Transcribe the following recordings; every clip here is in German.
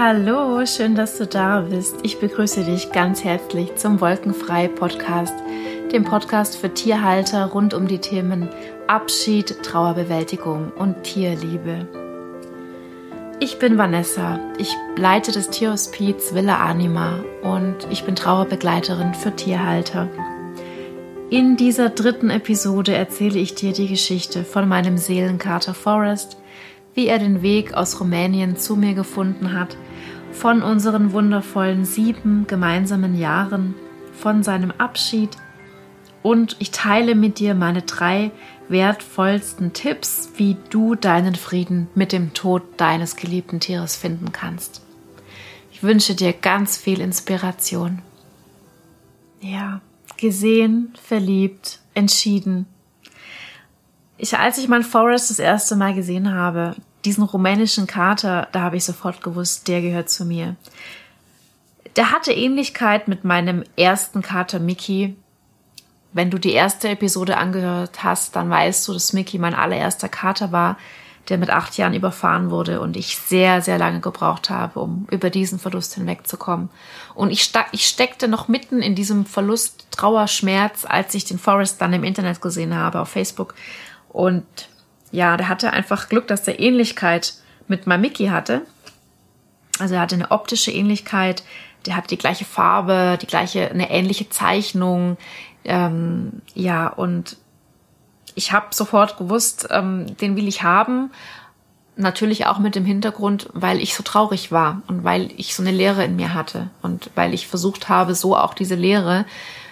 Hallo, schön, dass du da bist. Ich begrüße dich ganz herzlich zum Wolkenfrei-Podcast, dem Podcast für Tierhalter rund um die Themen Abschied, Trauerbewältigung und Tierliebe. Ich bin Vanessa, ich leite das Tierhospiz Villa Anima und ich bin Trauerbegleiterin für Tierhalter. In dieser 3. Episode erzähle ich dir die Geschichte von meinem Seelenkater Forrest, wie er den Weg aus Rumänien zu mir gefunden hat, von unseren wundervollen 7 gemeinsamen Jahren, von seinem Abschied und ich teile mit dir meine 3 wertvollsten Tipps, wie du deinen Frieden mit dem Tod deines geliebten Tieres finden kannst. Ich wünsche dir ganz viel Inspiration. Ja, gesehen, verliebt, entschieden. Als ich meinen Forrest das erste Mal gesehen habe, diesen rumänischen Kater, da habe ich sofort gewusst, der gehört zu mir. Der hatte Ähnlichkeit mit meinem ersten Kater Mickey. Wenn du die erste Episode angehört hast, dann weißt du, dass Mickey mein allererster Kater war, der mit 8 Jahren überfahren wurde und ich sehr, sehr lange gebraucht habe, um über diesen Verlust hinwegzukommen. Und ich steckte noch mitten in diesem Verlust, Trauer, Schmerz, als ich den Forrest dann im Internet gesehen habe, auf Facebook. Und ja, der hatte einfach Glück, dass er Ähnlichkeit mit meinem Mickey hatte. Also er hatte eine optische Ähnlichkeit, der hatte die gleiche Farbe, eine ähnliche Zeichnung. Ja, und ich habe sofort gewusst, den will ich haben. Natürlich auch mit dem Hintergrund, weil ich so traurig war und weil ich so eine Leere in mir hatte und weil ich versucht habe, so auch diese Leere,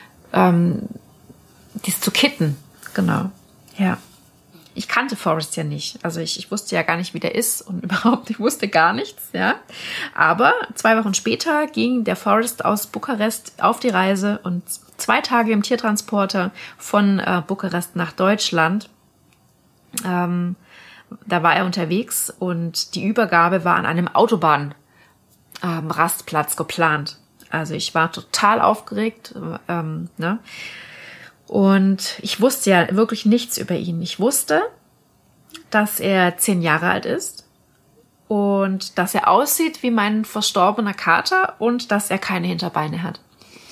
dies zu kitten. Genau, ja. Ich kannte Forrest ja nicht. Also ich wusste ja gar nicht, wie der ist und überhaupt, ich wusste gar nichts, ja. Aber 2 Wochen später ging der Forrest aus Bukarest auf die Reise und 2 Tage im Tiertransporter von Bukarest nach Deutschland. Da war er unterwegs und die Übergabe war an einem Autobahnrastplatz geplant. Also ich war total aufgeregt, ne? Und ich wusste ja wirklich nichts über ihn. Ich wusste, dass er 10 Jahre alt ist und dass er aussieht wie mein verstorbener Kater und dass er keine Hinterbeine hat.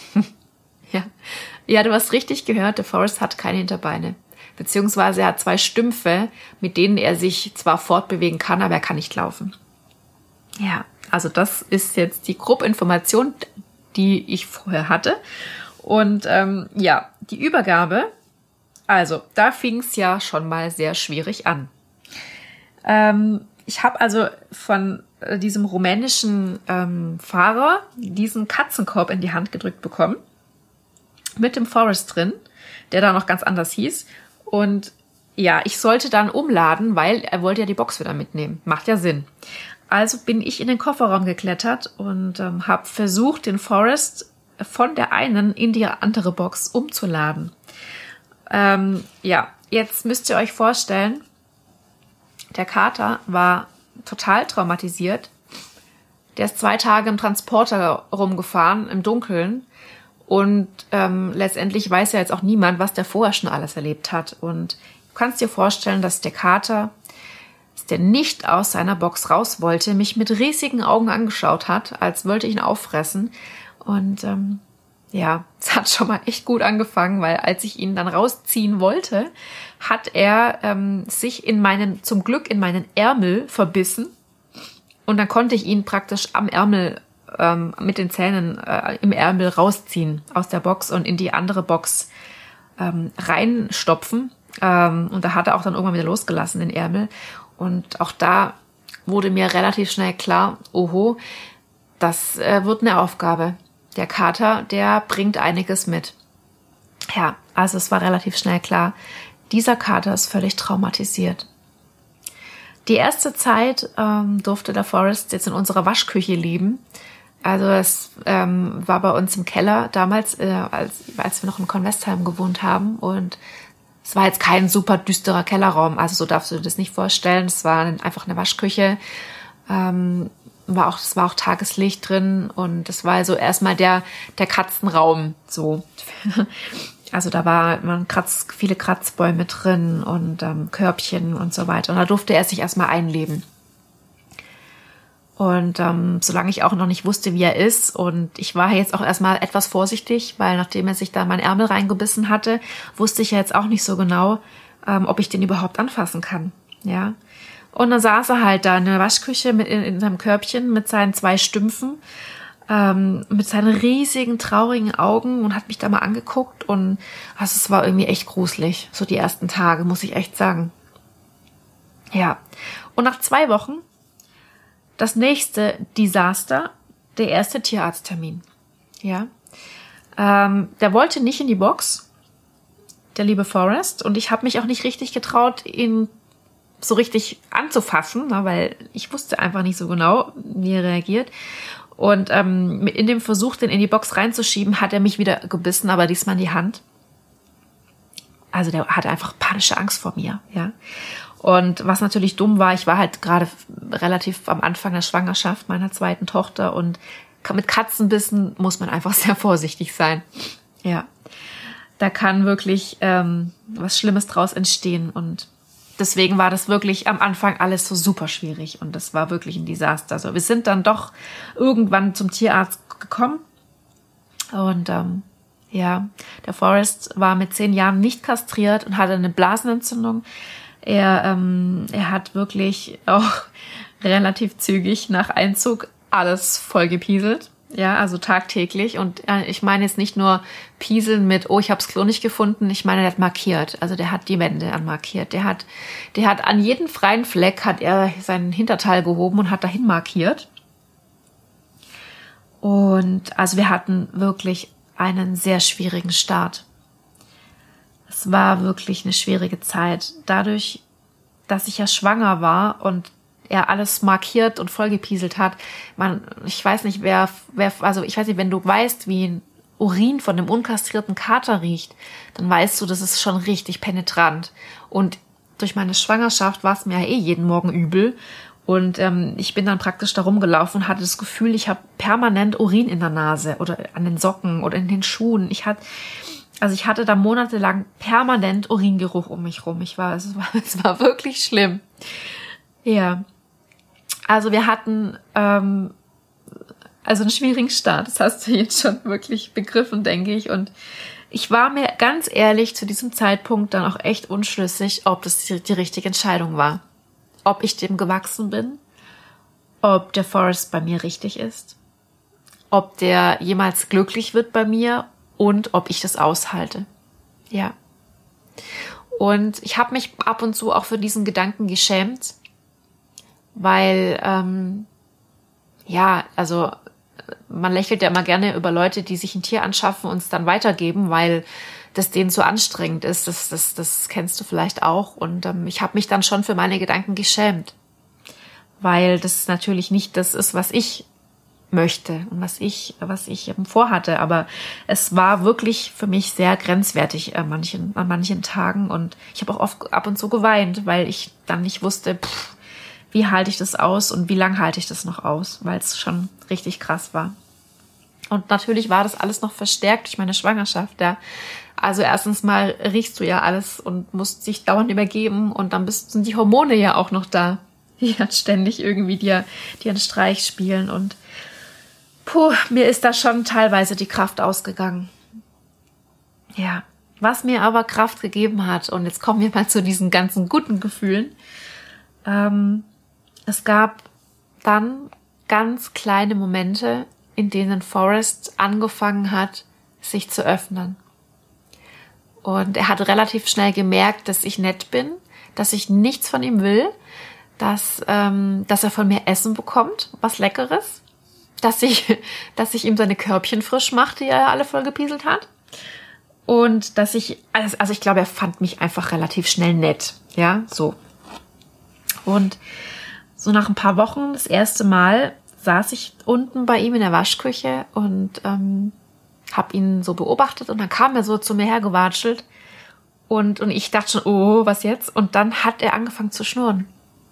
Ja, du hast richtig gehört, der Forrest hat keine Hinterbeine. Beziehungsweise er hat 2 Stümpfe, mit denen er sich zwar fortbewegen kann, aber er kann nicht laufen. Ja, also das ist jetzt die Grobinformation, die ich vorher hatte. Und ja, die Übergabe, also da fing es ja schon mal sehr schwierig an. Ich habe also von diesem rumänischen Fahrer diesen Katzenkorb in die Hand gedrückt bekommen, mit dem Forrest drin, der da noch ganz anders hieß. Und ja, ich sollte dann umladen, weil er wollte ja die Box wieder mitnehmen. Macht ja Sinn. Also bin ich in den Kofferraum geklettert und habe versucht, den Forrest von der einen in die andere Box umzuladen. Ja, jetzt müsst ihr euch vorstellen, der Kater war total traumatisiert. Der ist 2 Tage im Transporter rumgefahren, im Dunkeln. Und letztendlich weiß ja jetzt auch niemand, was der vorher schon alles erlebt hat. Und du kannst dir vorstellen, dass der Kater, der nicht aus seiner Box raus wollte, mich mit riesigen Augen angeschaut hat, als wollte ich ihn auffressen. Und ja, es hat schon mal echt gut angefangen, weil als ich ihn dann rausziehen wollte, hat er sich zum Glück in meinen Ärmel verbissen. Und dann konnte ich ihn praktisch am Ärmel mit den Zähnen im Ärmel rausziehen aus der Box und in die andere Box reinstopfen. Und da hat er auch dann irgendwann wieder losgelassen, den Ärmel. Und auch da wurde mir relativ schnell klar, oho, das wird eine Aufgabe. Der Kater, der bringt einiges mit. Ja, also es war relativ schnell klar, dieser Kater ist völlig traumatisiert. Die erste Zeit durfte der Forrest jetzt in unserer Waschküche leben. Also es war bei uns im Keller damals, als wir noch in Convestheim gewohnt haben. Und es war jetzt kein super düsterer Kellerraum. Also so darfst du dir das nicht vorstellen. Es war einfach eine Waschküche. Es war auch Tageslicht drin und es war so erstmal der Katzenraum so. Also da waren viele Kratzbäume drin und Körbchen und so weiter. Und da durfte er sich erstmal einleben. Und solange ich auch noch nicht wusste, wie er ist, und ich war jetzt auch erstmal etwas vorsichtig, weil nachdem er sich da meinen Ärmel reingebissen hatte, wusste ich ja jetzt auch nicht so genau, ob ich den überhaupt anfassen kann. Ja. Und dann saß er halt da in der Waschküche in seinem Körbchen mit seinen 2 Stümpfen, mit seinen riesigen, traurigen Augen und hat mich da mal angeguckt. Und also es war irgendwie echt gruselig, so die ersten Tage, muss ich echt sagen. Ja. Und nach 2 Wochen das nächste Desaster, der erste Tierarzttermin. Ja. Der wollte nicht in die Box, der liebe Forrest. Und ich habe mich auch nicht richtig getraut, ihn so richtig anzufassen, weil ich wusste einfach nicht so genau, wie er reagiert. Und in dem Versuch, den in die Box reinzuschieben, hat er mich wieder gebissen, aber diesmal in die Hand. Also der hatte einfach panische Angst vor mir, ja. Und was natürlich dumm war, ich war halt gerade relativ am Anfang der Schwangerschaft meiner 2. Tochter und mit Katzenbissen muss man einfach sehr vorsichtig sein. Ja, da kann wirklich was Schlimmes draus entstehen und deswegen war das wirklich am Anfang alles so super schwierig und das war wirklich ein Desaster. Also wir sind dann doch irgendwann zum Tierarzt gekommen und ja, der Forrest war mit 10 Jahren nicht kastriert und hatte eine Blasenentzündung. Er hat wirklich auch relativ zügig nach Einzug alles vollgepieselt. Ja, also tagtäglich. Und ich meine jetzt nicht nur pieseln mit, oh, ich habe das Klo nicht gefunden. Ich meine, der hat markiert. Also der hat die Wände anmarkiert. Der hat an jeden freien Fleck hat er seinen Hinterteil gehoben und hat dahin markiert. Und also wir hatten wirklich einen sehr schwierigen Start. Es war wirklich eine schwierige Zeit. Dadurch, dass ich ja schwanger war und er alles markiert und vollgepieselt hat, ich weiß nicht, wenn du weißt, wie ein Urin von einem unkastrierten Kater riecht, dann weißt du, das ist schon richtig penetrant. Und durch meine Schwangerschaft war es mir ja jeden Morgen übel. Und ich bin dann praktisch da rumgelaufen und hatte das Gefühl, ich habe permanent Urin in der Nase oder an den Socken oder in den Schuhen. Ich hatte da monatelang permanent Uringeruch um mich rum. Es war wirklich schlimm. Ja. Also wir hatten einen schwierigen Start. Das hast du jetzt schon wirklich begriffen, denke ich. Und ich war mir ganz ehrlich zu diesem Zeitpunkt dann auch echt unschlüssig, ob das die richtige Entscheidung war. Ob ich dem gewachsen bin. Ob der Forrest bei mir richtig ist. Ob der jemals glücklich wird bei mir. Und ob ich das aushalte. Ja. Und ich habe mich ab und zu auch für diesen Gedanken geschämt, weil, also man lächelt ja immer gerne über Leute, die sich ein Tier anschaffen und es dann weitergeben, weil das denen zu anstrengend ist. Das kennst du vielleicht auch. Und ich habe mich dann schon für meine Gedanken geschämt, weil das natürlich nicht das ist, was ich möchte und was ich vorhatte, aber es war wirklich für mich sehr grenzwertig an manchen Tagen und ich habe auch oft ab und zu geweint, weil ich dann nicht wusste, wie halte ich das aus und wie lang halte ich das noch aus, weil es schon richtig krass war. Und natürlich war das alles noch verstärkt durch meine Schwangerschaft, ja. Also erstens mal riechst du ja alles und musst dich dauernd übergeben und dann sind die Hormone ja auch noch da, die dann ständig irgendwie dir einen Streich spielen und mir ist da schon teilweise die Kraft ausgegangen. Ja, was mir aber Kraft gegeben hat, und jetzt kommen wir mal zu diesen ganzen guten Gefühlen. Es gab dann ganz kleine Momente, in denen Forrest angefangen hat, sich zu öffnen. Und er hat relativ schnell gemerkt, dass ich nett bin, dass ich nichts von ihm will, dass er von mir Essen bekommt, was Leckeres. Dass ich ihm seine Körbchen frisch mache, die er alle vollgepieselt hat. Und dass ich glaube, er fand mich einfach relativ schnell nett. Ja, so. Und so nach ein paar Wochen, das erste Mal, saß ich unten bei ihm in der Waschküche und habe ihn so beobachtet. Und dann kam er so zu mir hergewatschelt. Und ich dachte schon, oh, was jetzt? Und dann hat er angefangen zu schnurren.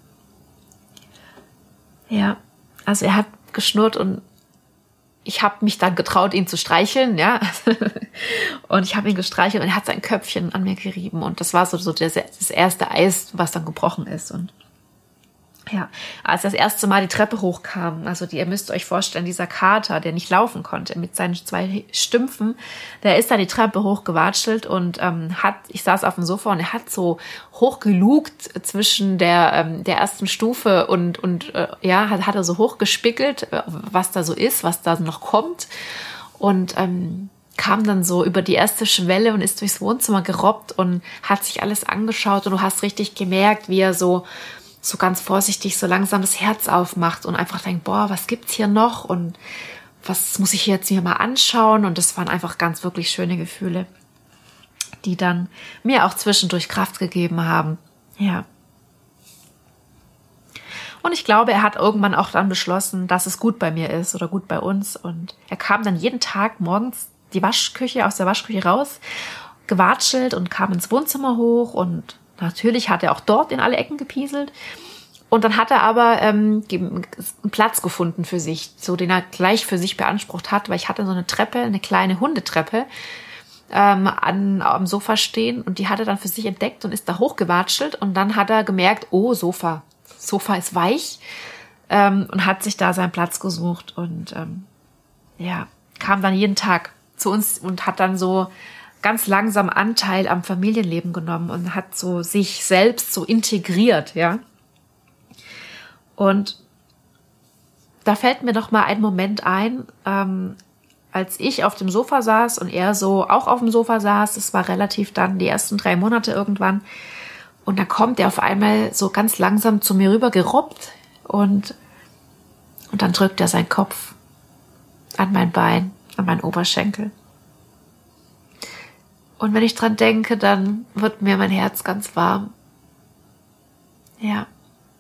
Ja, also er hat geschnurrt und ich habe mich dann getraut, ihn zu streicheln, ja. Und ich habe ihn gestreichelt und er hat sein Köpfchen an mir gerieben und das war so das erste Eis, was dann gebrochen ist. Und Ja, als das erste Mal die Treppe hochkam, also ihr müsst euch vorstellen, dieser Kater, der nicht laufen konnte, mit seinen 2 Stümpfen, der ist da die Treppe hochgewatschelt und ich saß auf dem Sofa und er hat so hochgelugt zwischen der ersten Stufe und hat er so hochgespickelt, was da so ist, was da noch kommt und kam dann so über die erste Schwelle und ist durchs Wohnzimmer gerobbt und hat sich alles angeschaut und du hast richtig gemerkt, wie er so ganz vorsichtig so langsam das Herz aufmacht und einfach denkt, boah, was gibt's hier noch und was muss ich jetzt mir mal anschauen? Und das waren einfach ganz wirklich schöne Gefühle, die dann mir auch zwischendurch Kraft gegeben haben. Ja. Und ich glaube, er hat irgendwann auch dann beschlossen, dass es gut bei mir ist oder gut bei uns. Und er kam dann jeden Tag morgens aus der Waschküche raus, gewatschelt und kam ins Wohnzimmer hoch und natürlich hat er auch dort in alle Ecken gepieselt. Und dann hat er aber einen Platz gefunden für sich, so den er gleich für sich beansprucht hat, weil ich hatte so eine Treppe, eine kleine Hundetreppe am Sofa stehen und die hat er dann für sich entdeckt und ist da hochgewatschelt und dann hat er gemerkt, oh, Sofa ist weich und hat sich da seinen Platz gesucht und kam dann jeden Tag zu uns und hat dann so ganz langsam Anteil am Familienleben genommen und hat so sich selbst so integriert, ja. Und da fällt mir noch mal ein Moment ein, als ich auf dem Sofa saß und er so auch auf dem Sofa saß, das war relativ dann die ersten 3 Monate irgendwann, und dann kommt er auf einmal so ganz langsam zu mir rüber gerobbt und dann drückt er seinen Kopf an mein Bein, an meinen Oberschenkel. Und wenn ich dran denke, dann wird mir mein Herz ganz warm. Ja.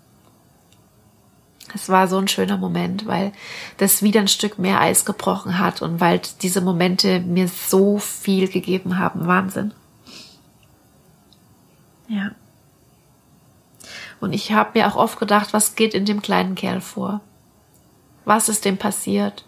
Es war so ein schöner Moment, weil das wieder ein Stück mehr Eis gebrochen hat und weil diese Momente mir so viel gegeben haben. Wahnsinn. Ja. Und ich habe mir auch oft gedacht, was geht in dem kleinen Kerl vor? Was ist dem passiert?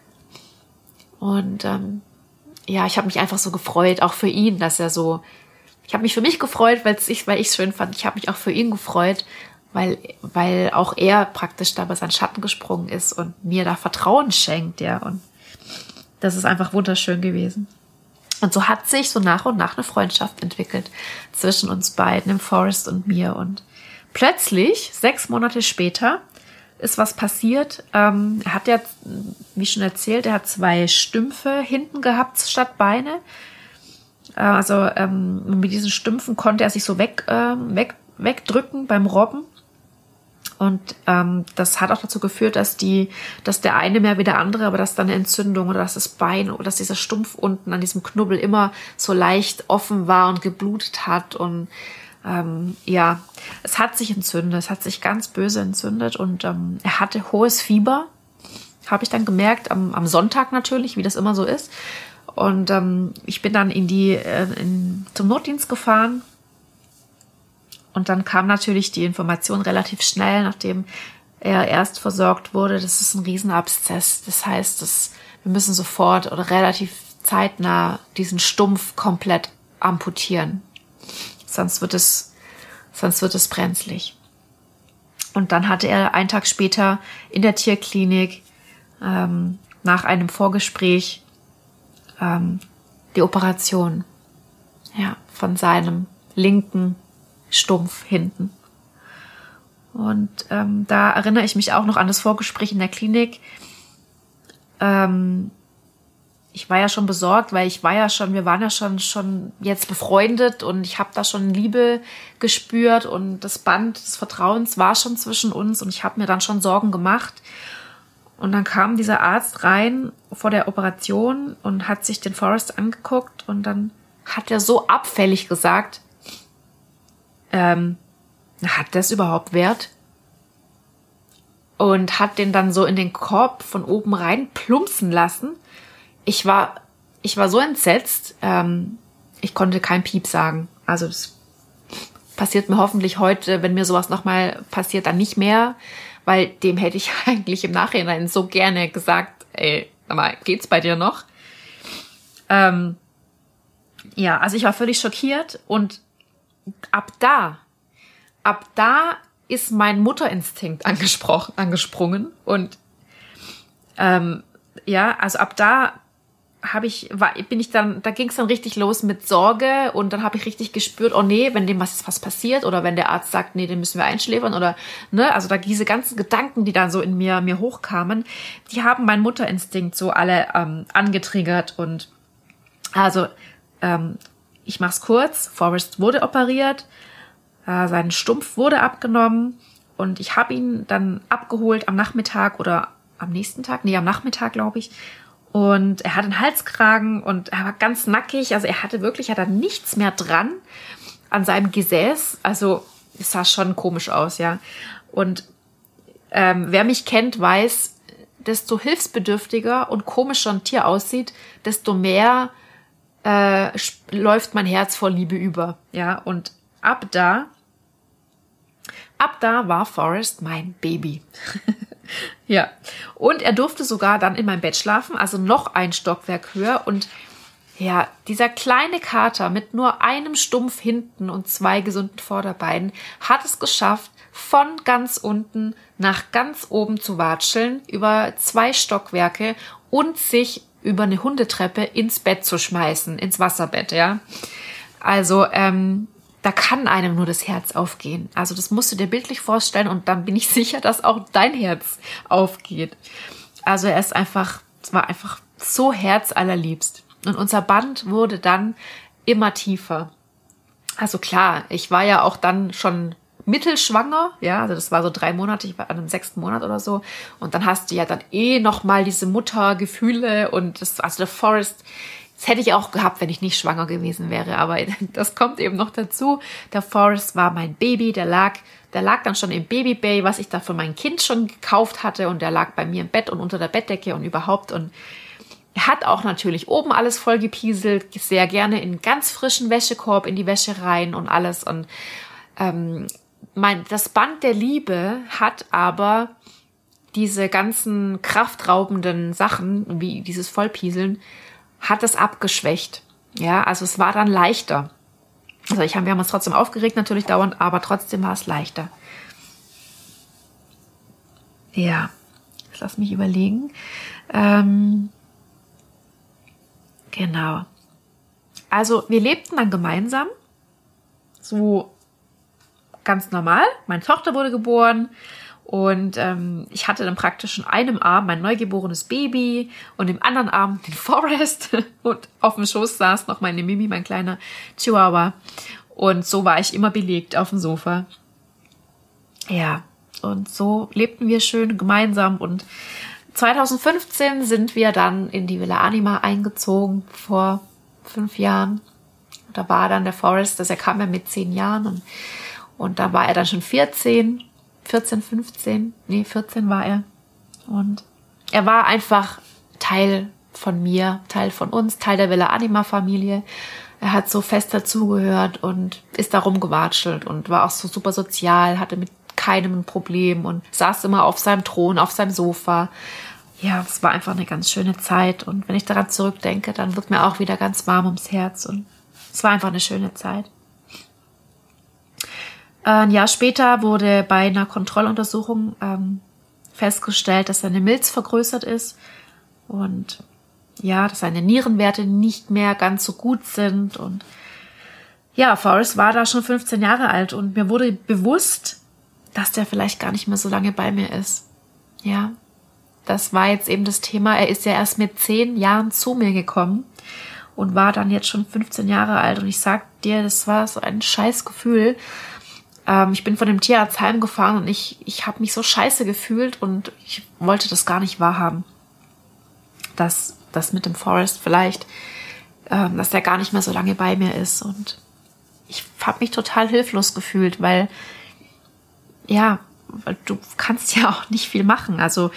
Und ich habe mich einfach so gefreut, auch für ihn, dass er so, ich habe mich für mich gefreut, weil ich es schön fand. Ich habe mich auch für ihn gefreut, weil auch er praktisch da über seinen Schatten gesprungen ist und mir da Vertrauen schenkt, ja. Und das ist einfach wunderschön gewesen. Und so hat sich so nach und nach eine Freundschaft entwickelt zwischen uns beiden, dem Forrest und mir. Und plötzlich, 6 Monate später, ist was passiert. Er hat ja, wie schon erzählt, er hat 2 Stümpfe hinten gehabt statt Beine. Mit diesen Stümpfen konnte er sich so wegdrücken beim Robben. Und das hat auch dazu geführt, dass der eine mehr wie der andere, aber dass dann eine Entzündung oder dass das Bein oder dass dieser Stumpf unten an diesem Knubbel immer so leicht offen war und geblutet hat. Und es hat sich entzündet, es hat sich ganz böse entzündet und er hatte hohes Fieber, habe ich dann gemerkt, am Sonntag natürlich, wie das immer so ist. Und ich bin dann zum Notdienst gefahren und dann kam natürlich die Information relativ schnell, nachdem er erst versorgt wurde, das ist ein Riesenabszess. Das heißt, wir müssen sofort oder relativ zeitnah diesen Stumpf komplett amputieren. Sonst wird es brenzlig. Und dann hatte er einen Tag später in der Tierklinik nach einem Vorgespräch die Operation von seinem linken Stumpf hinten. Und da erinnere ich mich auch noch an das Vorgespräch in der Klinik. Ich war ja schon besorgt, weil wir waren ja schon jetzt befreundet und ich habe da schon Liebe gespürt und das Band des Vertrauens war schon zwischen uns und ich habe mir dann schon Sorgen gemacht. Und dann kam dieser Arzt rein vor der Operation und hat sich den Forrest angeguckt und dann hat er so abfällig gesagt, hat das überhaupt Wert? Und hat den dann so in den Korb von oben rein plumpsen lassen. Ich war so entsetzt, ich konnte kein Piep sagen. Also das passiert mir hoffentlich heute, wenn mir sowas nochmal passiert, dann nicht mehr, weil dem hätte ich eigentlich im Nachhinein so gerne gesagt, ey, sag mal, geht's bei dir noch? Also ich war völlig schockiert und ab da ist mein Mutterinstinkt angesprungen und also ab da da ging es dann richtig los mit Sorge und dann habe ich richtig gespürt, oh nee, wenn dem was passiert oder wenn der Arzt sagt, nee, den müssen wir einschläfern oder, ne, also da diese ganzen Gedanken, die dann so in mir hochkamen, die haben meinen Mutterinstinkt so alle angetriggert und also ich mach's kurz, Forrest wurde operiert, sein Stumpf wurde abgenommen und ich habe ihn dann abgeholt am Nachmittag oder am Nachmittag, glaube ich. Und er hat einen Halskragen und er war ganz nackig. Also er hatte nichts mehr dran an seinem Gesäß. Also es sah schon komisch aus, ja. Und wer mich kennt, weiß, desto hilfsbedürftiger und komischer ein Tier aussieht, desto mehr läuft mein Herz vor Liebe über, ja. Und ab da war Forrest mein Baby. Ja, und er durfte sogar dann in meinem Bett schlafen, also noch ein Stockwerk höher. Und ja, dieser kleine Kater mit nur einem Stumpf hinten und 2 gesunden Vorderbeinen hat es geschafft, von ganz unten nach ganz oben zu watscheln, über 2 Stockwerke und sich über eine Hundetreppe ins Bett zu schmeißen, ins Wasserbett, ja. Also, da kann einem nur das Herz aufgehen. Also das musst du dir bildlich vorstellen und dann bin ich sicher, dass auch dein Herz aufgeht. Also es war einfach so herzallerliebst. Und unser Band wurde dann immer tiefer. Also klar, ich war ja auch dann schon mittelschwanger, ja, also das war so 3 Monate, ich war an dem 6. Monat oder so. Und dann hast du ja dann nochmal diese Muttergefühle und also der Forrest. Das hätte ich auch gehabt, wenn ich nicht schwanger gewesen wäre, aber das kommt eben noch dazu. Der Forrest war mein Baby, der lag dann schon im Babybay, was ich da für mein Kind schon gekauft hatte und der lag bei mir im Bett und unter der Bettdecke und überhaupt und er hat auch natürlich oben alles voll gepieselt, sehr gerne in ganz frischen Wäschekorb in die Wäsche rein und alles und das Band der Liebe hat aber diese ganzen kraftraubenden Sachen, wie dieses Vollpieseln, hat es abgeschwächt. Ja, also es war dann leichter. Also wir haben uns trotzdem aufgeregt natürlich dauernd, aber trotzdem war es leichter. Ja, jetzt lass mich überlegen. Genau. Also wir lebten dann gemeinsam, so ganz normal. Meine Tochter wurde geboren. Und ich hatte dann praktisch in einem Arm mein neugeborenes Baby und im anderen Arm den Forrest. Und auf dem Schoß saß noch meine Mimi, mein kleiner Chihuahua. Und so war ich immer belegt auf dem Sofa. Ja, und so lebten wir schön gemeinsam. Und 2015 sind wir dann in die Villa Anima eingezogen, vor 5 Jahren. Und da war dann der Forrest, er kam ja mit 10 Jahren. Und da war er dann schon 14, 15, 14 war er. Und er war einfach Teil von mir, Teil von uns, Teil der Villa Anima Familie. Er hat so fest dazugehört und ist da rumgewatschelt und war auch so super sozial, hatte mit keinem ein Problem und saß immer auf seinem Thron, auf seinem Sofa. Ja, es war einfach eine ganz schöne Zeit. Und wenn ich daran zurückdenke, dann wird mir auch wieder ganz warm ums Herz. Und es war einfach eine schöne Zeit. Ein Jahr später wurde bei einer Kontrolluntersuchung festgestellt, dass seine Milz vergrößert ist und ja, dass seine Nierenwerte nicht mehr ganz so gut sind. Und ja, Forrest war da schon 15 Jahre alt und mir wurde bewusst, dass der vielleicht gar nicht mehr so lange bei mir ist. Ja, das war jetzt eben das Thema. Er ist ja erst mit 10 Jahren zu mir gekommen und war dann jetzt schon 15 Jahre alt. Und ich sag dir, das war so ein scheiß Gefühl. Ich bin von dem Tierarzt heimgefahren und ich habe mich so scheiße gefühlt und ich wollte das gar nicht wahrhaben. Dass das mit dem Forrest vielleicht, dass der gar nicht mehr so lange bei mir ist. Und ich habe mich total hilflos gefühlt, weil du kannst ja auch nicht viel machen. Also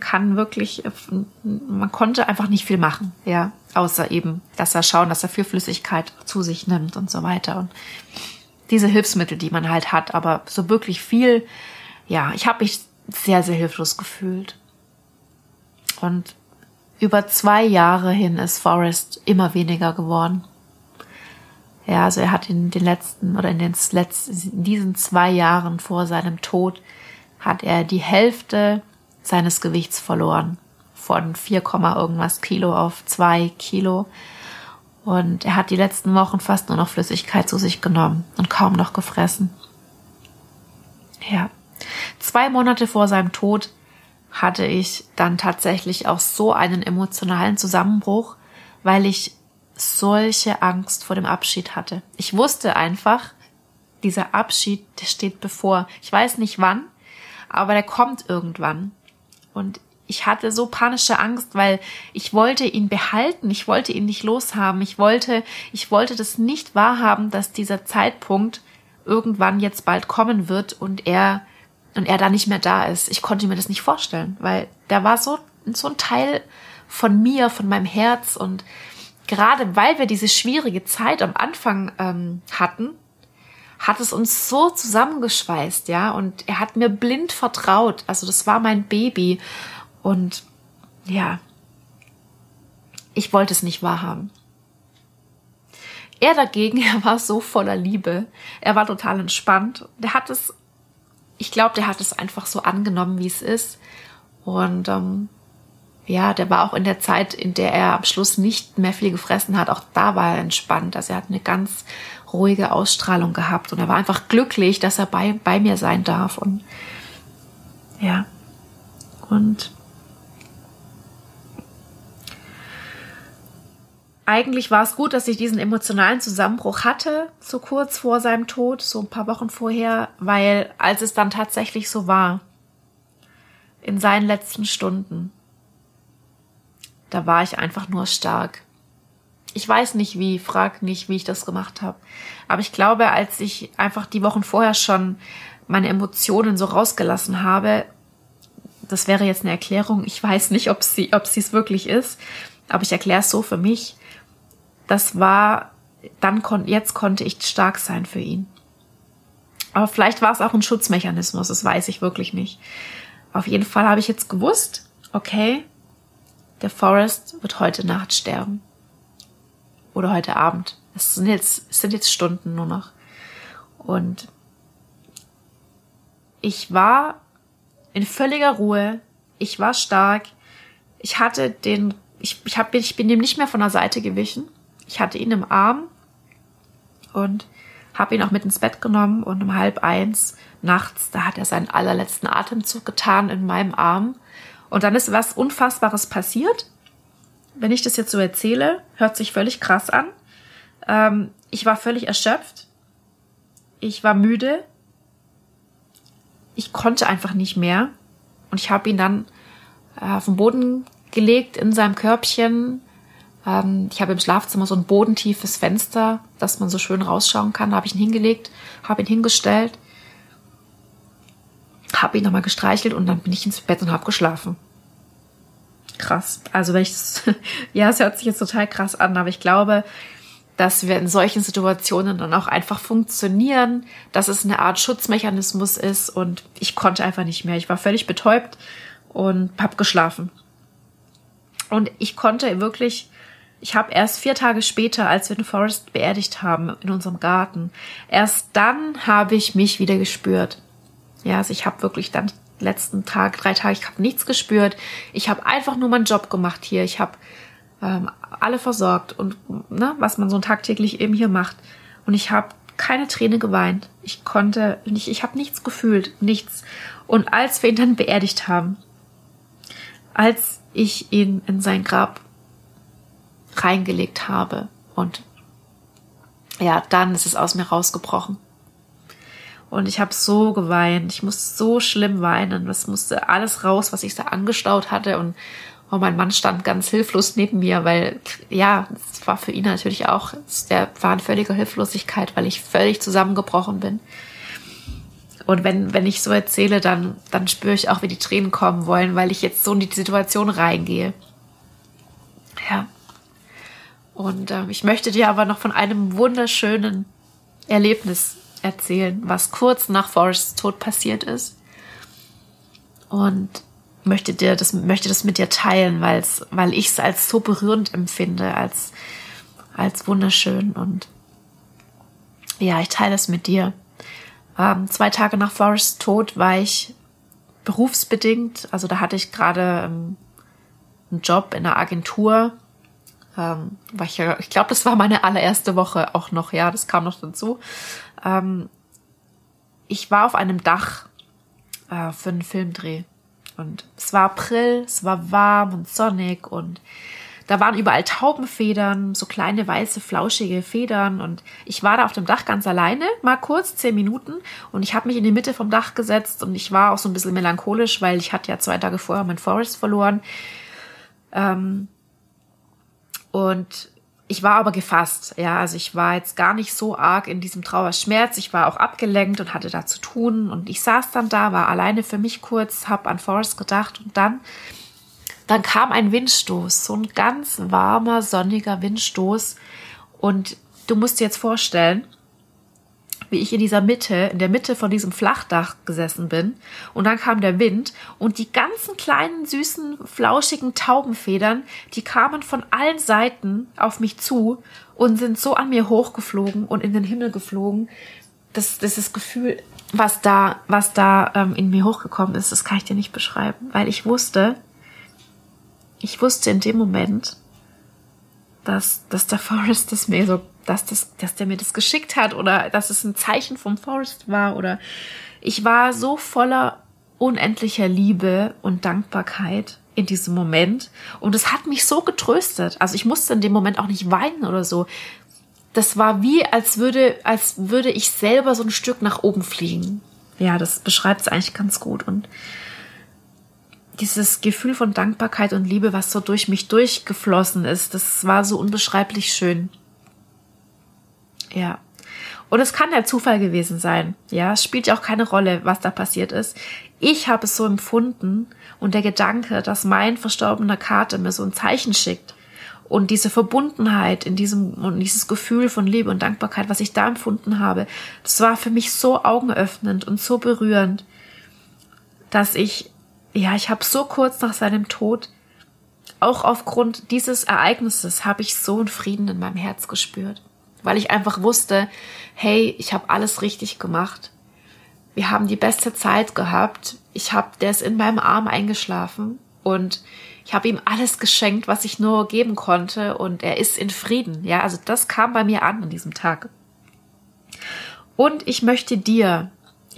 man konnte einfach nicht viel machen, ja, außer eben, dass er schauen, dass er viel Flüssigkeit zu sich nimmt und so weiter. Und diese Hilfsmittel, die man halt hat, aber so wirklich viel, ja, ich habe mich sehr, sehr hilflos gefühlt. Und über 2 Jahre hin ist Forrest immer weniger geworden. Ja, also er hat in diesen 2 Jahren vor seinem Tod hat er die Hälfte seines Gewichts verloren. Von 4, irgendwas Kilo auf 2 Kilo. Und er hat die letzten Wochen fast nur noch Flüssigkeit zu sich genommen und kaum noch gefressen. Ja. 2 Monate vor seinem Tod hatte ich dann tatsächlich auch so einen emotionalen Zusammenbruch, weil ich solche Angst vor dem Abschied hatte. Ich wusste einfach, dieser Abschied, der steht bevor. Ich weiß nicht wann, aber der kommt irgendwann. Und ich hatte so panische Angst, weil ich wollte ihn behalten, ich wollte ihn nicht loshaben. Ich wollte das nicht wahrhaben, dass dieser Zeitpunkt irgendwann jetzt bald kommen wird und er da nicht mehr da ist. Ich konnte mir das nicht vorstellen, weil der war so ein Teil von mir, von meinem Herz. Und gerade weil wir diese schwierige Zeit am Anfang hatten, hat es uns so zusammengeschweißt, ja. Und er hat mir blind vertraut. Also das war mein Baby. Und ja, ich wollte es nicht wahrhaben. Er dagegen, er war so voller Liebe. Er war total entspannt. Ich glaube, der hat es einfach so angenommen, wie es ist. Und der war auch in der Zeit, in der er am Schluss nicht mehr viel gefressen hat, auch da war er entspannt. Also er hat eine ganz ruhige Ausstrahlung gehabt und er war einfach glücklich, dass er bei mir sein darf. Und ja, und eigentlich war es gut, dass ich diesen emotionalen Zusammenbruch hatte, so kurz vor seinem Tod, so ein paar Wochen vorher, weil als es dann tatsächlich so war, in seinen letzten Stunden, da war ich einfach nur stark. Ich weiß nicht wie, frag nicht, wie ich das gemacht habe. Aber ich glaube, als ich einfach die Wochen vorher schon meine Emotionen so rausgelassen habe, das wäre jetzt eine Erklärung, ich weiß nicht, ob sie es wirklich ist, aber ich erkläre es so für mich. Das war, jetzt konnte ich stark sein für ihn. Aber vielleicht war es auch ein Schutzmechanismus, das weiß ich wirklich nicht. Auf jeden Fall habe ich jetzt gewusst, okay, der Forrest wird heute Nacht sterben. Oder heute Abend. Es sind jetzt Stunden nur noch. Und ich war in völliger Ruhe. Ich war stark. Ich bin ihm nicht mehr von der Seite gewichen. Ich hatte ihn im Arm und habe ihn auch mit ins Bett genommen. Und um 12:30 nachts, da hat er seinen allerletzten Atemzug getan in meinem Arm. Und dann ist was Unfassbares passiert. Wenn ich das jetzt so erzähle, hört sich völlig krass an. Ich war völlig erschöpft. Ich war müde. Ich konnte einfach nicht mehr. Und ich habe ihn dann auf den Boden gelegt in seinem Körbchen. Ich habe im Schlafzimmer so ein bodentiefes Fenster, dass man so schön rausschauen kann. Da habe ich ihn hingelegt, habe ihn hingestellt, habe ihn nochmal gestreichelt und dann bin ich ins Bett und habe geschlafen. Krass. Also es hört sich jetzt total krass an, aber ich glaube, dass wir in solchen Situationen dann auch einfach funktionieren, dass es eine Art Schutzmechanismus ist und ich konnte einfach nicht mehr. Ich war völlig betäubt und habe geschlafen. Und ich habe erst 4 Tage später, als wir den Forrest beerdigt haben in unserem Garten, erst dann habe ich mich wieder gespürt. Ja, also ich habe wirklich dann letzten 3 Tage, ich habe nichts gespürt. Ich habe einfach nur meinen Job gemacht hier. Ich habe alle versorgt und was man so tagtäglich eben hier macht. Und ich habe keine Träne geweint. Ich habe nichts gefühlt, nichts. Und als wir ihn dann beerdigt haben, als ich ihn in sein Grab reingelegt habe und ja, dann ist es aus mir rausgebrochen. Und ich habe so geweint. Ich musste so schlimm weinen. Es musste alles raus, was ich da angestaut hatte. Und mein Mann stand ganz hilflos neben mir, weil, ja, es war für ihn natürlich auch, der war in völliger Hilflosigkeit, weil ich völlig zusammengebrochen bin. Und wenn ich so erzähle, dann spüre ich auch, wie die Tränen kommen wollen, weil ich jetzt so in die Situation reingehe. Ja. Und ich möchte dir aber noch von einem wunderschönen Erlebnis erzählen, was kurz nach Forrests Tod passiert ist. Und möchte das mit dir teilen, weil ich es als so berührend empfinde, als wunderschön. Und ja, ich teile es mit dir. 2 Tage nach Forrests Tod war ich berufsbedingt, also da hatte ich gerade einen Job in einer Agentur. Ich glaube, das war meine allererste Woche auch noch, ja, das kam noch dazu. Ich war auf einem Dach für einen Filmdreh und es war April, es war warm und sonnig und da waren überall Taubenfedern, so kleine weiße, flauschige Federn und ich war da auf dem Dach ganz alleine, mal kurz, 10 Minuten und ich habe mich in die Mitte vom Dach gesetzt und ich war auch so ein bisschen melancholisch, weil ich hatte ja 2 Tage vorher meinen Forrest verloren und ich war aber gefasst, ja, also ich war jetzt gar nicht so arg in diesem Trauerschmerz, ich war auch abgelenkt und hatte da zu tun und ich saß dann da, war alleine für mich kurz, habe an Forrest gedacht und dann kam ein Windstoß, so ein ganz warmer, sonniger Windstoß und du musst dir jetzt vorstellen, wie ich in der Mitte von diesem Flachdach gesessen bin und dann kam der Wind und die ganzen kleinen, süßen, flauschigen Taubenfedern, die kamen von allen Seiten auf mich zu und sind so an mir hochgeflogen und in den Himmel geflogen. Das Gefühl, was da in mir hochgekommen ist, das kann ich dir nicht beschreiben, weil ich wusste in dem Moment, dass der Forrest das mir so, dass der mir das geschickt hat oder dass es ein Zeichen vom Forrest war oder ich war so voller unendlicher Liebe und Dankbarkeit in diesem Moment und es hat mich so getröstet. Also ich musste in dem Moment auch nicht weinen oder so. Das war wie, als würde ich selber so ein Stück nach oben fliegen. Ja, das beschreibt es eigentlich ganz gut und dieses Gefühl von Dankbarkeit und Liebe, was so durch mich durchgeflossen ist, das war so unbeschreiblich schön. Ja. Und es kann der Zufall gewesen sein. Ja, es spielt ja auch keine Rolle, was da passiert ist. Ich habe es so empfunden und der Gedanke, dass mein verstorbener Kater mir so ein Zeichen schickt und diese Verbundenheit und dieses Gefühl von Liebe und Dankbarkeit, was ich da empfunden habe, das war für mich so augenöffnend und so berührend, dass ich habe so kurz nach seinem Tod, auch aufgrund dieses Ereignisses, habe ich so einen Frieden in meinem Herz gespürt. Weil ich einfach wusste, hey, ich habe alles richtig gemacht. Wir haben die beste Zeit gehabt. Der ist in meinem Arm eingeschlafen und ich habe ihm alles geschenkt, was ich nur geben konnte und er ist in Frieden. Ja, also das kam bei mir an diesem Tag. Und ich möchte dir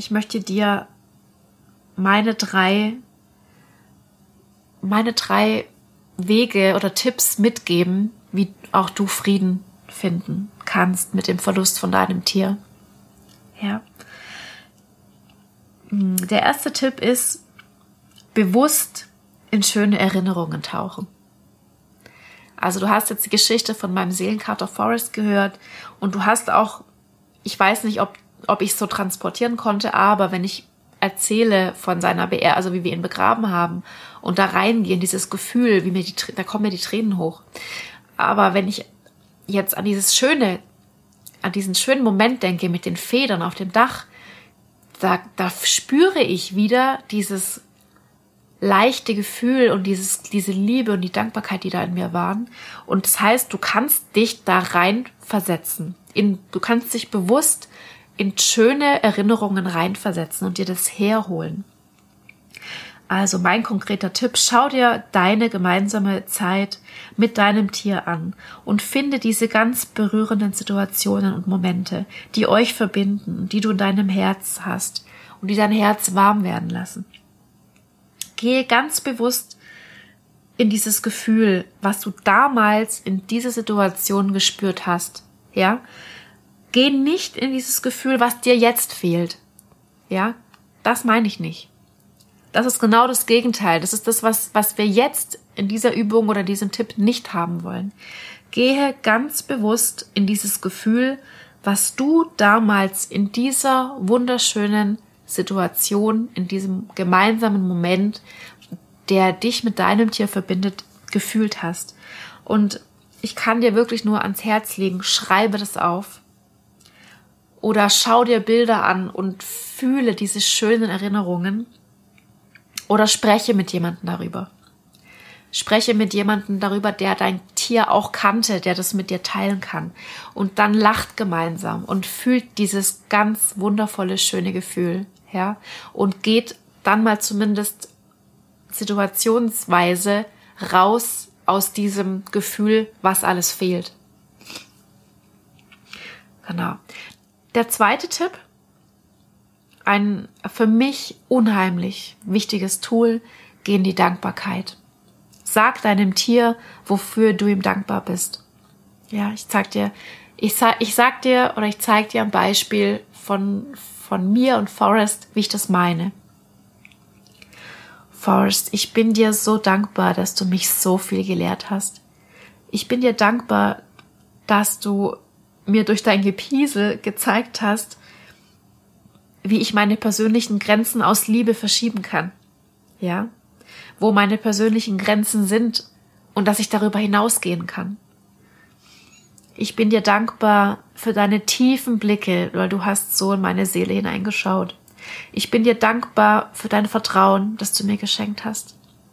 meine drei Wege oder Tipps mitgeben, wie auch du Frieden finden kannst mit dem Verlust von deinem Tier. Ja. Der erste Tipp ist, bewusst in schöne Erinnerungen tauchen. Also du hast jetzt die Geschichte von meinem Seelenkater Forrest gehört und du hast auch, ich weiß nicht, ob ich es so transportieren konnte, aber wenn ich erzähle von seiner BR, also wie wir ihn begraben haben und da reingehen, dieses Gefühl, da kommen mir die Tränen hoch. Aber wenn ich jetzt an diesen schönen Moment denke mit den Federn auf dem Dach, da spüre ich wieder dieses leichte Gefühl und diese Liebe und die Dankbarkeit, die da in mir waren. Und das heißt, du kannst dich da rein versetzen. Du kannst dich bewusst in schöne Erinnerungen reinversetzen und dir das herholen. Also mein konkreter Tipp, schau dir deine gemeinsame Zeit mit deinem Tier an und finde diese ganz berührenden Situationen und Momente, die euch verbinden, die du in deinem Herz hast und die dein Herz warm werden lassen. Gehe ganz bewusst in dieses Gefühl, was du damals in dieser Situation gespürt hast, ja? Geh nicht in dieses Gefühl, was dir jetzt fehlt. Ja, das meine ich nicht. Das ist genau das Gegenteil. Das ist das, was wir jetzt in dieser Übung oder diesem Tipp nicht haben wollen. Gehe ganz bewusst in dieses Gefühl, was du damals in dieser wunderschönen Situation, in diesem gemeinsamen Moment, der dich mit deinem Tier verbindet, gefühlt hast. Und ich kann dir wirklich nur ans Herz legen, schreibe das auf. Oder schau dir Bilder an und fühle diese schönen Erinnerungen. Oder spreche mit jemandem darüber. Spreche mit jemandem darüber, der dein Tier Tier auch kannte, der das mit dir teilen kann. Und dann lacht gemeinsam und fühlt dieses ganz wundervolle, schöne Gefühl, ja, und geht dann mal zumindest situationsweise raus aus diesem Gefühl, was alles fehlt. Genau. Der zweite Tipp, ein für mich unheimlich wichtiges Tool, geh in die Dankbarkeit. Sag deinem Tier, wofür du ihm dankbar bist. Ja, ich zeig dir ein Beispiel von mir und Forrest, wie ich das meine. Forrest, ich bin dir so dankbar, dass du mich so viel gelehrt hast. Ich bin dir dankbar, dass du mir durch dein Gepiesel gezeigt hast, wie ich meine persönlichen Grenzen aus Liebe verschieben kann. Ja, wo meine persönlichen Grenzen sind und dass ich darüber hinausgehen kann. Ich bin dir dankbar für deine tiefen Blicke, weil du hast so in meine Seele hineingeschaut. Ich bin dir dankbar für dein Vertrauen, das du mir geschenkt hast.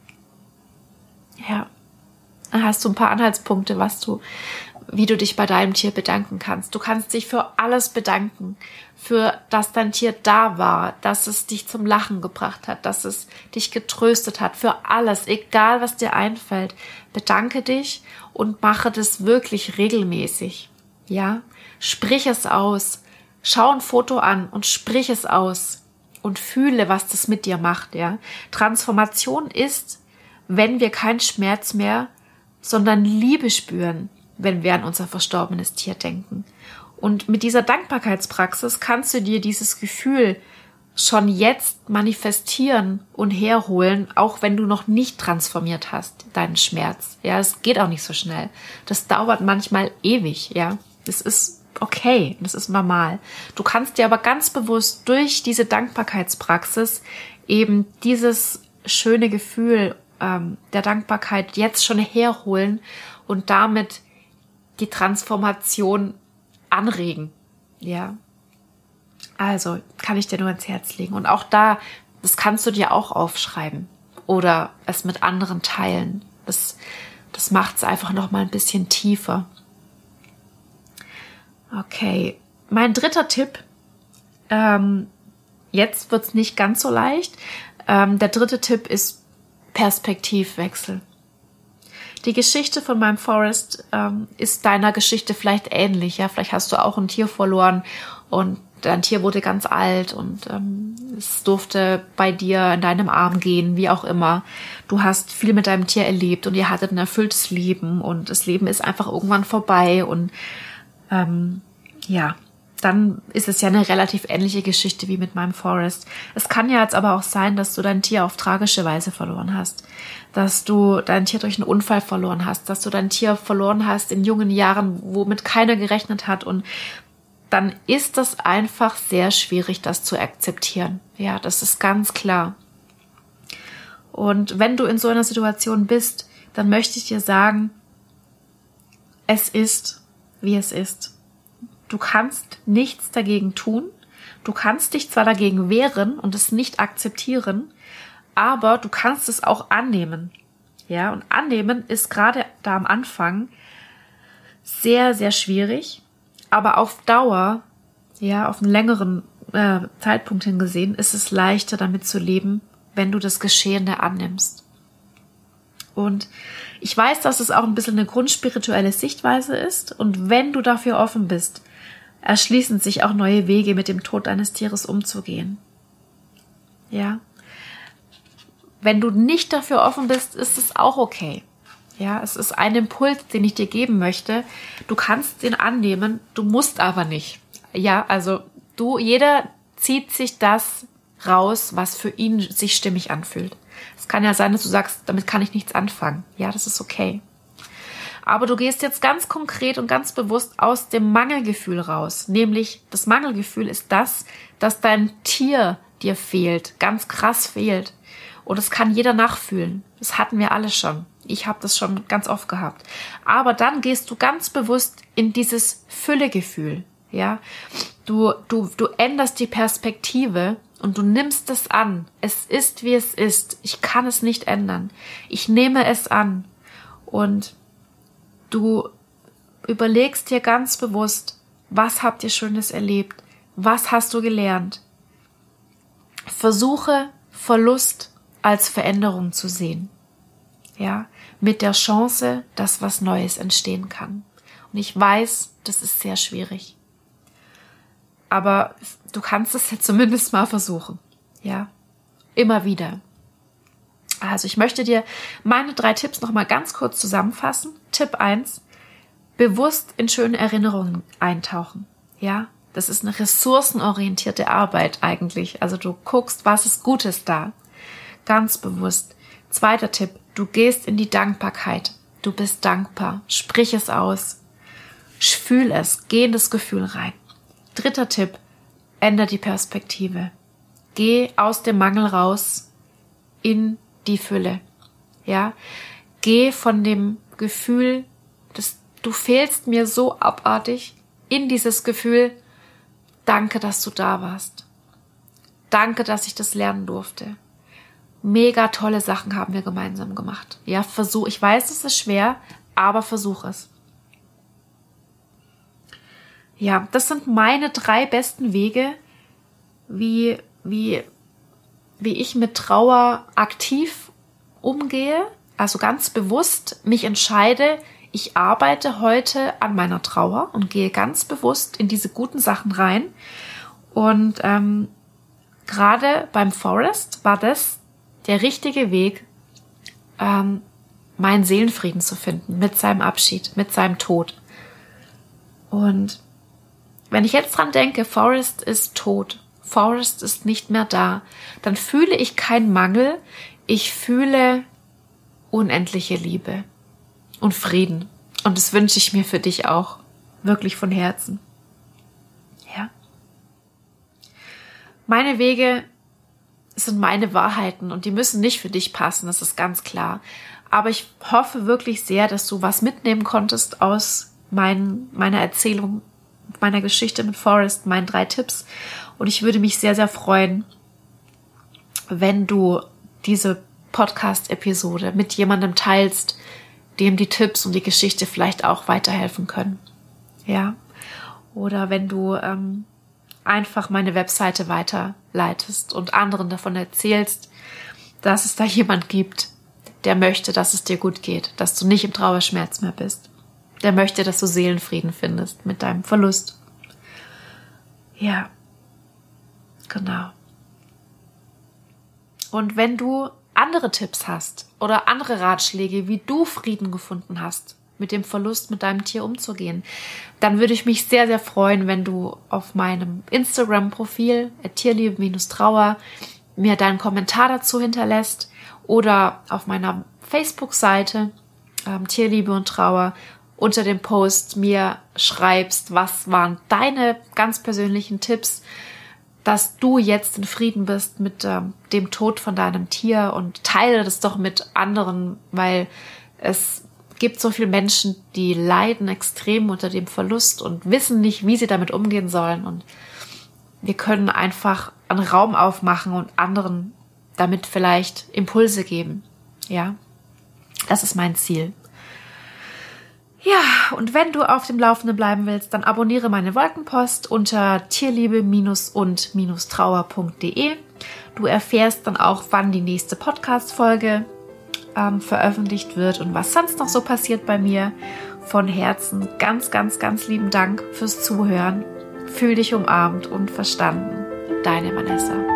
Ja, dann hast du ein paar Anhaltspunkte, wie du dich bei deinem Tier bedanken kannst. Du kannst dich für alles bedanken, für dass dein Tier da war, dass es dich zum Lachen gebracht hat, dass es dich getröstet hat, für alles, egal was dir einfällt. Bedanke dich und mache das wirklich regelmäßig. Ja, sprich es aus. Schau ein Foto an und sprich es aus und fühle, was das mit dir macht. Ja, Transformation ist, wenn wir keinen Schmerz mehr, sondern Liebe spüren, wenn wir an unser verstorbenes Tier denken. Und mit dieser Dankbarkeitspraxis kannst du dir dieses Gefühl schon jetzt manifestieren und herholen, auch wenn du noch nicht transformiert hast, deinen Schmerz. Ja, es geht auch nicht so schnell. Das dauert manchmal ewig, ja. Das ist okay, das ist normal. Du kannst dir aber ganz bewusst durch diese Dankbarkeitspraxis eben dieses schöne Gefühl der Dankbarkeit jetzt schon herholen und damit die Transformation anregen. Ja. Also, kann ich dir nur ans Herz legen. Und auch da, das kannst du dir auch aufschreiben oder es mit anderen teilen. Das macht es einfach noch mal ein bisschen tiefer. Okay, mein dritter Tipp. Jetzt wird's nicht ganz so leicht. Der dritte Tipp ist Perspektivwechsel. Die Geschichte von meinem Forrest ist deiner Geschichte vielleicht ähnlich. Ja, vielleicht hast du auch ein Tier verloren und dein Tier wurde ganz alt und es durfte bei dir in deinem Arm gehen, wie auch immer. Du hast viel mit deinem Tier erlebt und ihr hattet ein erfülltes Leben und das Leben ist einfach irgendwann vorbei und dann ist es ja eine relativ ähnliche Geschichte wie mit meinem Forrest. Es kann ja jetzt aber auch sein, dass du dein Tier auf tragische Weise verloren hast, dass du dein Tier durch einen Unfall verloren hast, dass du dein Tier verloren hast in jungen Jahren, womit keiner gerechnet hat und dann ist das einfach sehr schwierig, das zu akzeptieren. Ja, das ist ganz klar. Und wenn du in so einer Situation bist, dann möchte ich dir sagen, es ist, wie es ist. Du kannst nichts dagegen tun. Du kannst dich zwar dagegen wehren und es nicht akzeptieren, aber du kannst es auch annehmen. Ja, und annehmen ist gerade da am Anfang sehr, sehr schwierig, aber auf Dauer, ja, auf einen längeren Zeitpunkt hingesehen, ist es leichter damit zu leben, wenn du das Geschehene annimmst. Und ich weiß, dass es auch ein bisschen eine grundspirituelle Sichtweise ist und wenn du dafür offen bist, erschließen sich auch neue Wege, mit dem Tod deines Tieres umzugehen. Ja. Wenn du nicht dafür offen bist, ist es auch okay. Ja, es ist ein Impuls, den ich dir geben möchte. Du kannst den annehmen, du musst aber nicht. Ja, also jeder zieht sich das raus, was für ihn sich stimmig anfühlt. Es kann ja sein, dass du sagst, damit kann ich nichts anfangen. Ja, das ist okay. Aber du gehst jetzt ganz konkret und ganz bewusst aus dem Mangelgefühl raus. Nämlich, das Mangelgefühl ist das, dass dein Tier dir fehlt, ganz krass fehlt. Und das kann jeder nachfühlen. Das hatten wir alle schon. Ich habe das schon ganz oft gehabt. Aber dann gehst du ganz bewusst in dieses Füllegefühl. Ja, du änderst die Perspektive und du nimmst es an. Es ist, wie es ist. Ich kann es nicht ändern. Ich nehme es an. Und du überlegst dir ganz bewusst, was habt ihr Schönes erlebt? Was hast du gelernt? Versuche Verlust als Veränderung zu sehen. Ja, mit der Chance, dass was Neues entstehen kann. Und ich weiß, das ist sehr schwierig. Aber du kannst es ja zumindest mal versuchen. Ja, immer wieder. Also ich möchte dir meine 3 Tipps noch mal ganz kurz zusammenfassen. Tipp 1, bewusst in schöne Erinnerungen eintauchen. Ja, das ist eine ressourcenorientierte Arbeit eigentlich. Also du guckst, was ist Gutes da. Ganz bewusst. 2. Tipp, du gehst in die Dankbarkeit. Du bist dankbar. Sprich es aus. Fühl es. Geh in das Gefühl rein. 3. Tipp, ändere die Perspektive. Geh aus dem Mangel raus in die Fülle. Ja, geh von dem Gefühl, dass du fehlst mir so abartig, in dieses Gefühl, danke, dass du da warst. Danke, dass ich das lernen durfte. Mega tolle Sachen haben wir gemeinsam gemacht. Ja, versuch. Ich weiß, es ist schwer, aber versuch es. Ja, das sind meine 3 besten Wege, wie ich mit Trauer aktiv umgehe. Also ganz bewusst mich entscheide, ich arbeite heute an meiner Trauer und gehe ganz bewusst in diese guten Sachen rein. Und gerade beim Forrest war das der richtige Weg, meinen Seelenfrieden zu finden mit seinem Abschied, mit seinem Tod. Und wenn ich jetzt dran denke, Forrest ist tot, Forrest ist nicht mehr da, dann fühle ich keinen Mangel, ich fühle unendliche Liebe und Frieden. Und das wünsche ich mir für dich auch, wirklich von Herzen. Ja. Meine Wege sind meine Wahrheiten und die müssen nicht für dich passen, das ist ganz klar. Aber ich hoffe wirklich sehr, dass du was mitnehmen konntest aus meiner Erzählung, meiner Geschichte mit Forrest, meinen 3 Tipps. Und ich würde mich sehr, sehr freuen, wenn du diese Podcast-Episode mit jemandem teilst, dem die Tipps und die Geschichte vielleicht auch weiterhelfen können. Ja. Oder wenn du einfach meine Webseite weiterleitest und anderen davon erzählst, dass es da jemand gibt, der möchte, dass es dir gut geht, dass du nicht im Trauerschmerz mehr bist. Der möchte, dass du Seelenfrieden findest mit deinem Verlust. Ja, genau. Und wenn du andere Tipps hast oder andere Ratschläge, wie du Frieden gefunden hast, mit dem Verlust mit deinem Tier umzugehen, dann würde ich mich sehr, sehr freuen, wenn du auf meinem Instagram-Profil @tierliebe-trauer mir deinen Kommentar dazu hinterlässt oder auf meiner Facebook-Seite Tierliebe und Trauer unter dem Post mir schreibst, was waren deine ganz persönlichen Tipps, dass du jetzt in Frieden bist mit dem Tod von deinem Tier, und teile das doch mit anderen, weil es gibt so viele Menschen, die leiden extrem unter dem Verlust und wissen nicht, wie sie damit umgehen sollen, und wir können einfach einen Raum aufmachen und anderen damit vielleicht Impulse geben. Ja, das ist mein Ziel. Ja, und wenn du auf dem Laufenden bleiben willst, dann abonniere meine Wolkenpost unter tierliebe-und-trauer.de. Du erfährst dann auch, wann die nächste Podcast-Folge veröffentlicht wird und was sonst noch so passiert bei mir. Von Herzen ganz, ganz, ganz lieben Dank fürs Zuhören. Fühl dich umarmt und verstanden. Deine Vanessa.